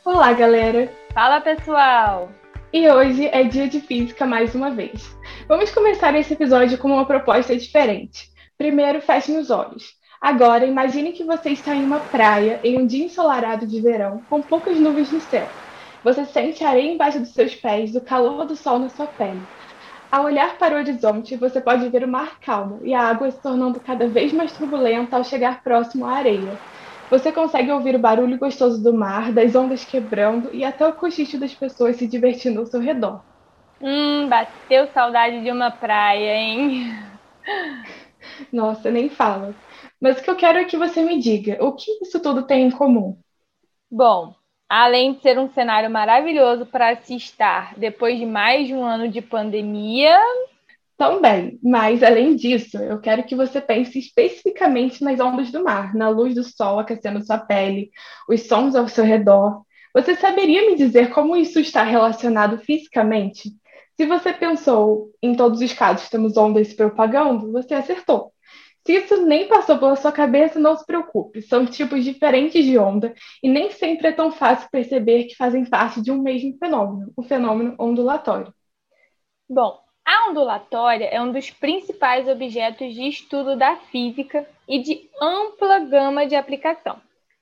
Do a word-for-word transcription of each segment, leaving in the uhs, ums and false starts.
Olá, galera! Fala, pessoal! E hoje é dia de física mais uma vez. Vamos começar esse episódio com uma proposta diferente. Primeiro, fechem os olhos. Agora, imagine que você está em uma praia em um dia ensolarado de verão, com poucas nuvens no céu. Você sente a areia embaixo dos seus pés, o calor do sol na sua pele. Ao olhar para o horizonte, você pode ver o mar calmo e a água se tornando cada vez mais turbulenta ao chegar próximo à areia. Você consegue ouvir o barulho gostoso do mar, das ondas quebrando e até o cochicho das pessoas se divertindo ao seu redor. Hum, bateu saudade de uma praia, hein? Nossa, nem fala. Mas o que eu quero é que você me diga, o que isso tudo tem em comum? Bom, além de ser um cenário maravilhoso para se estar depois de mais de um ano de pandemia. Também, mas além disso, eu quero que você pense especificamente nas ondas do mar, na luz do sol aquecendo sua pele, os sons ao seu redor. Você saberia me dizer como isso está relacionado fisicamente? Se você pensou em todos os casos temos ondas se propagando, você acertou. Se isso nem passou pela sua cabeça, não se preocupe. São tipos diferentes de onda e nem sempre é tão fácil perceber que fazem parte de um mesmo fenômeno, o fenômeno ondulatório. Bom, a ondulatória é um dos principais objetos de estudo da física e de ampla gama de aplicação.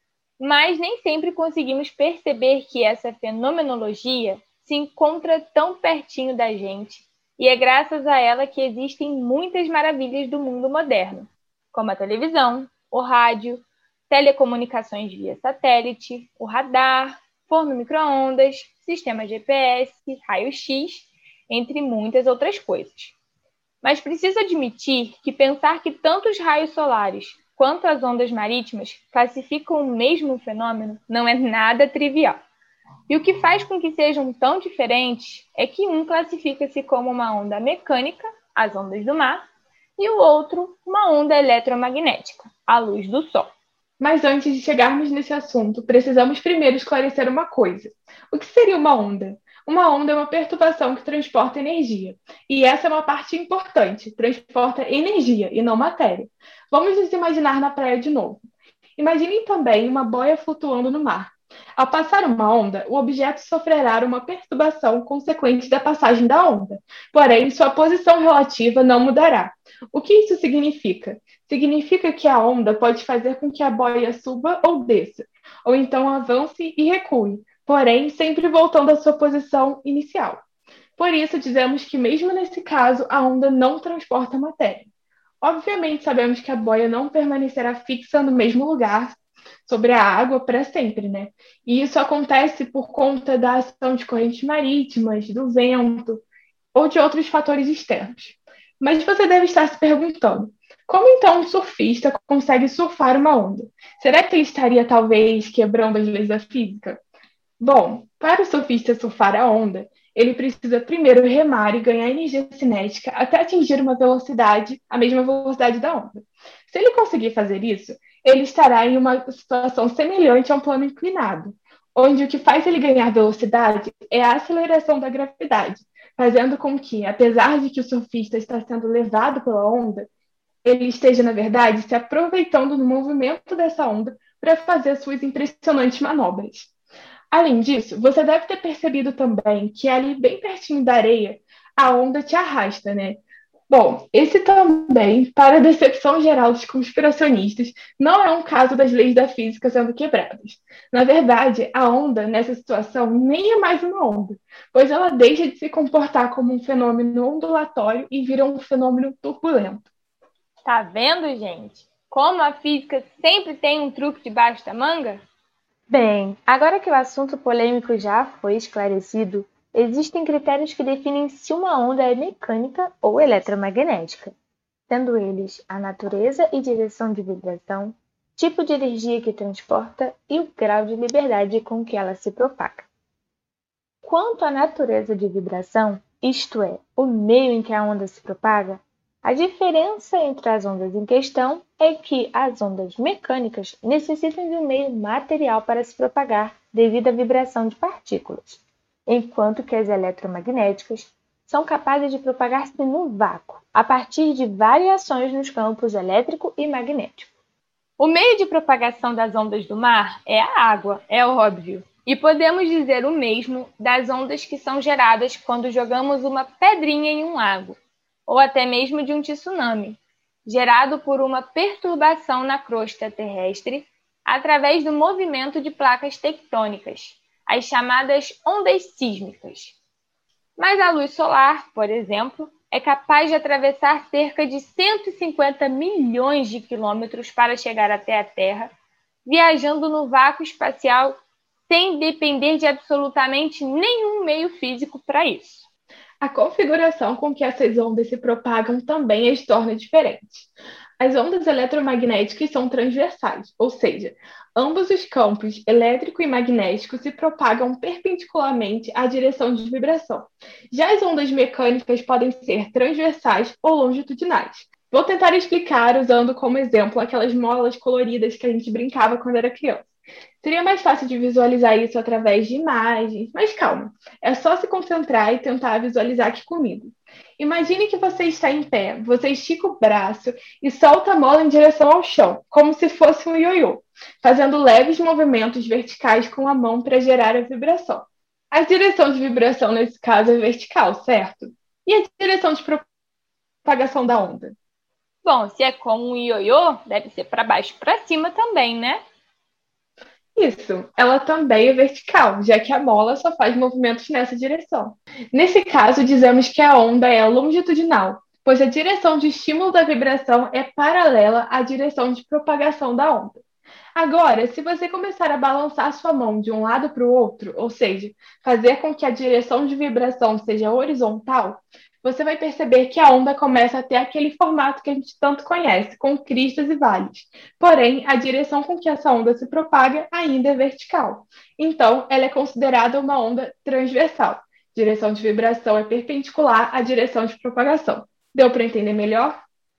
Mas nem sempre conseguimos perceber que essa fenomenologia se encontra tão pertinho da gente, e é graças a ela que existem muitas maravilhas do mundo moderno, como a televisão, o rádio, telecomunicações via satélite, o radar, forno micro-ondas, sistema G P S, raio-x, entre muitas outras coisas. Mas preciso admitir que pensar que tanto os raios solares quanto as ondas marítimas classificam o mesmo fenômeno não é nada trivial. E o que faz com que sejam tão diferentes é que um classifica-se como uma onda mecânica, as ondas do mar, e o outro uma onda eletromagnética, a luz do sol. Mas antes de chegarmos nesse assunto, precisamos primeiro esclarecer uma coisa. O que seria uma onda? Uma onda é uma perturbação que transporta energia. E essa é uma parte importante, transporta energia e não matéria. Vamos nos imaginar na praia de novo. Imaginem também uma boia flutuando no mar. Ao passar uma onda, o objeto sofrerá uma perturbação consequente da passagem da onda. Porém, sua posição relativa não mudará. O que isso significa? Significa que a onda pode fazer com que a boia suba ou desça, ou então avance e recue, porém sempre voltando à sua posição inicial. Por isso, dizemos que, mesmo nesse caso, a onda não transporta matéria. Obviamente, sabemos que a boia não permanecerá fixa no mesmo lugar sobre a água para sempre, né? E isso acontece por conta da ação de correntes marítimas, do vento ou de outros fatores externos. Mas você deve estar se perguntando, como então um surfista consegue surfar uma onda? Será que ele estaria talvez quebrando as leis da física? Bom, para o surfista surfar a onda, ele precisa primeiro remar e ganhar energia cinética até atingir uma velocidade, a mesma velocidade da onda. Se ele conseguir fazer isso, ele estará em uma situação semelhante a um plano inclinado, onde o que faz ele ganhar velocidade é a aceleração da gravidade, fazendo com que, apesar de que o surfista está sendo levado pela onda, ele esteja, na verdade, se aproveitando do movimento dessa onda para fazer suas impressionantes manobras. Além disso, você deve ter percebido também que ali bem pertinho da areia, a onda te arrasta, né? Bom, esse também, para a decepção geral dos conspiracionistas, não é um caso das leis da física sendo quebradas. Na verdade, a onda, nessa situação, nem é mais uma onda, pois ela deixa de se comportar como um fenômeno ondulatório e vira um fenômeno turbulento. Tá vendo, gente? Como a física sempre tem um truque debaixo da manga? Bem, agora que o assunto polêmico já foi esclarecido, existem critérios que definem se uma onda é mecânica ou eletromagnética, sendo eles a natureza e direção de vibração, tipo de energia que transporta e o grau de liberdade com que ela se propaga. Quanto à natureza de vibração, isto é, o meio em que a onda se propaga, a diferença entre as ondas em questão é que as ondas mecânicas necessitam de um meio material para se propagar devido à vibração de partículas, enquanto que as eletromagnéticas são capazes de propagar-se no vácuo, a partir de variações nos campos elétrico e magnético. O meio de propagação das ondas do mar é a água, é óbvio. E podemos dizer o mesmo das ondas que são geradas quando jogamos uma pedrinha em um lago, ou até mesmo de um tsunami, gerado por uma perturbação na crosta terrestre através do movimento de placas tectônicas, as chamadas ondas sísmicas. Mas a luz solar, por exemplo, é capaz de atravessar cerca de cento e cinquenta milhões de quilômetros para chegar até a Terra, viajando no vácuo espacial sem depender de absolutamente nenhum meio físico para isso. A configuração com que essas ondas se propagam também as torna diferentes. As ondas eletromagnéticas são transversais, ou seja, ambos os campos elétrico e magnético se propagam perpendicularmente à direção de vibração. Já as ondas mecânicas podem ser transversais ou longitudinais. Vou tentar explicar usando como exemplo aquelas molas coloridas que a gente brincava quando era criança. Seria mais fácil de visualizar isso através de imagens, mas calma, é só se concentrar e tentar visualizar aqui comigo. Imagine que você está em pé, você estica o braço e solta a mola em direção ao chão, como se fosse um ioiô, fazendo leves movimentos verticais com a mão para gerar a vibração. A direção de vibração nesse caso é vertical, certo? E a direção de propagação da onda? Bom, se é como um ioiô, deve ser para baixo e para cima também, né? Isso, ela também é vertical, já que a mola só faz movimentos nessa direção. Nesse caso, dizemos que a onda é longitudinal, pois a direção de estímulo da vibração é paralela à direção de propagação da onda. Agora, se você começar a balançar sua mão de um lado para o outro, ou seja, fazer com que a direção de vibração seja horizontal, você vai perceber que a onda começa a ter aquele formato que a gente tanto conhece, com cristas e vales. Porém, a direção com que essa onda se propaga ainda é vertical. Então, ela é considerada uma onda transversal. Direção de vibração é perpendicular à direção de propagação. Deu para entender melhor?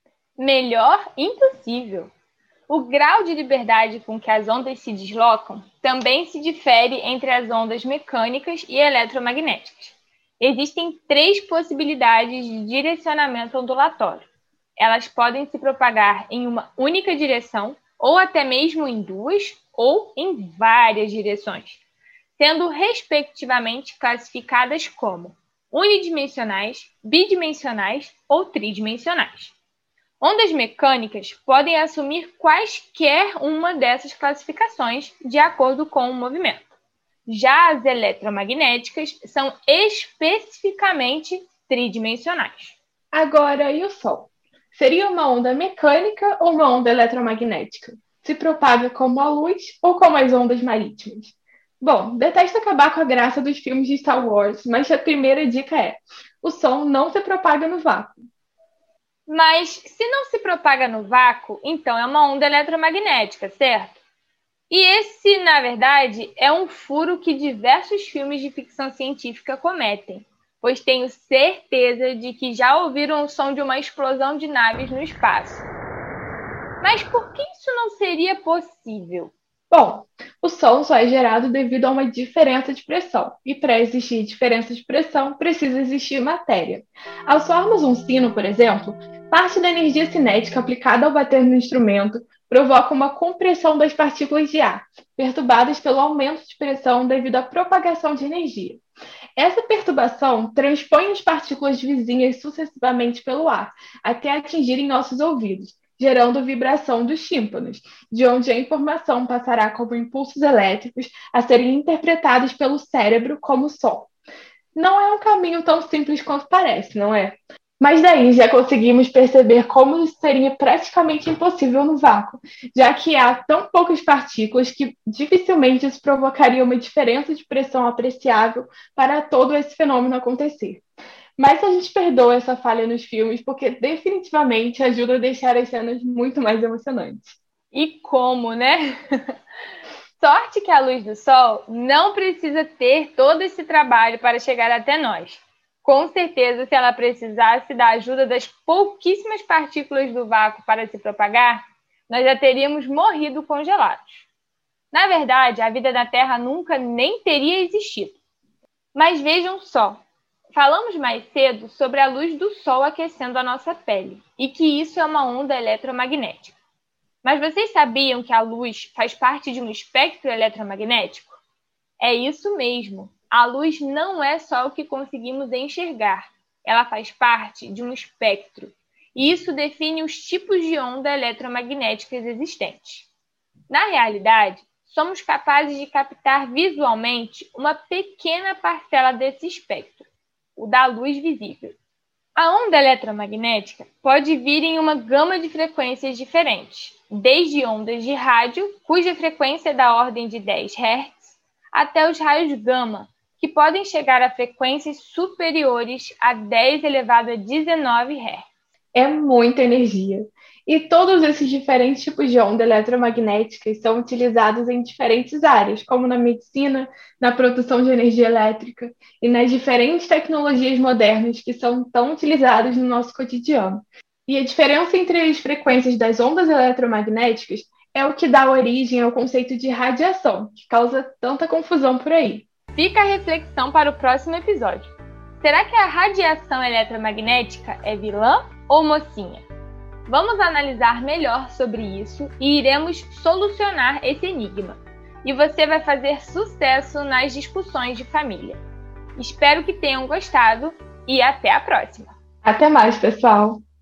Melhor impossível. O grau de liberdade com que as ondas se deslocam também se difere entre as ondas mecânicas e eletromagnéticas. Existem três possibilidades de direcionamento ondulatório. Elas podem se propagar em uma única direção, ou até mesmo em duas, ou em várias direções, sendo respectivamente classificadas como unidimensionais, bidimensionais ou tridimensionais. Ondas mecânicas podem assumir quaisquer uma dessas classificações de acordo com o movimento. Já as eletromagnéticas são especificamente tridimensionais. Agora, e o Sol? Seria uma onda mecânica ou uma onda eletromagnética? Se propaga como a luz ou como as ondas marítimas? Bom, detesto acabar com a graça dos filmes de Star Wars, mas a primeira dica é: o som não se propaga no vácuo. Mas se não se propaga no vácuo, então é uma onda eletromagnética, certo? E esse, na verdade, é um furo que diversos filmes de ficção científica cometem, pois tenho certeza de que já ouviram o som de uma explosão de naves no espaço. Mas por que isso não seria possível? Bom, o som só é gerado devido a uma diferença de pressão, e para existir diferença de pressão, precisa existir matéria. Ao soarmos um sino, por exemplo, parte da energia cinética aplicada ao bater no instrumento provoca uma compressão das partículas de ar, perturbadas pelo aumento de pressão devido à propagação de energia. Essa perturbação transpõe as partículas vizinhas sucessivamente pelo ar, até atingirem nossos ouvidos, gerando vibração dos tímpanos, de onde a informação passará como impulsos elétricos a serem interpretados pelo cérebro como som. Não é um caminho tão simples quanto parece, não é? Mas daí já conseguimos perceber como isso seria praticamente impossível no vácuo, já que há tão poucas partículas que dificilmente isso provocaria uma diferença de pressão apreciável para todo esse fenômeno acontecer. Mas a gente perdoa essa falha nos filmes porque definitivamente ajuda a deixar as cenas muito mais emocionantes. E como, né? Sorte que a luz do sol não precisa ter todo esse trabalho para chegar até nós. Com certeza, se ela precisasse da ajuda das pouquíssimas partículas do vácuo para se propagar, nós já teríamos morrido congelados. Na verdade, a vida na Terra nunca nem teria existido. Mas vejam só, falamos mais cedo sobre a luz do Sol aquecendo a nossa pele, e que isso é uma onda eletromagnética. Mas vocês sabiam que a luz faz parte de um espectro eletromagnético? É isso mesmo. A luz não é só o que conseguimos enxergar. Ela faz parte de um espectro. E isso define os tipos de onda eletromagnéticas existentes. Na realidade, somos capazes de captar visualmente uma pequena parcela desse espectro, o da luz visível. A onda eletromagnética pode vir em uma gama de frequências diferentes, desde ondas de rádio, cuja frequência é da ordem de dez hertz, até os raios gama, que podem chegar a frequências superiores a dez elevado a dezenove hertz. É muita energia. E todos esses diferentes tipos de onda eletromagnéticas são utilizados em diferentes áreas, como na medicina, na produção de energia elétrica e nas diferentes tecnologias modernas que são tão utilizadas no nosso cotidiano. E a diferença entre as frequências das ondas eletromagnéticas é o que dá origem ao conceito de radiação, que causa tanta confusão por aí. Fica a reflexão para o próximo episódio. Será que a radiação eletromagnética é vilã ou mocinha? Vamos analisar melhor sobre isso e iremos solucionar esse enigma. E você vai fazer sucesso nas discussões de família. Espero que tenham gostado e até a próxima! Até mais, pessoal!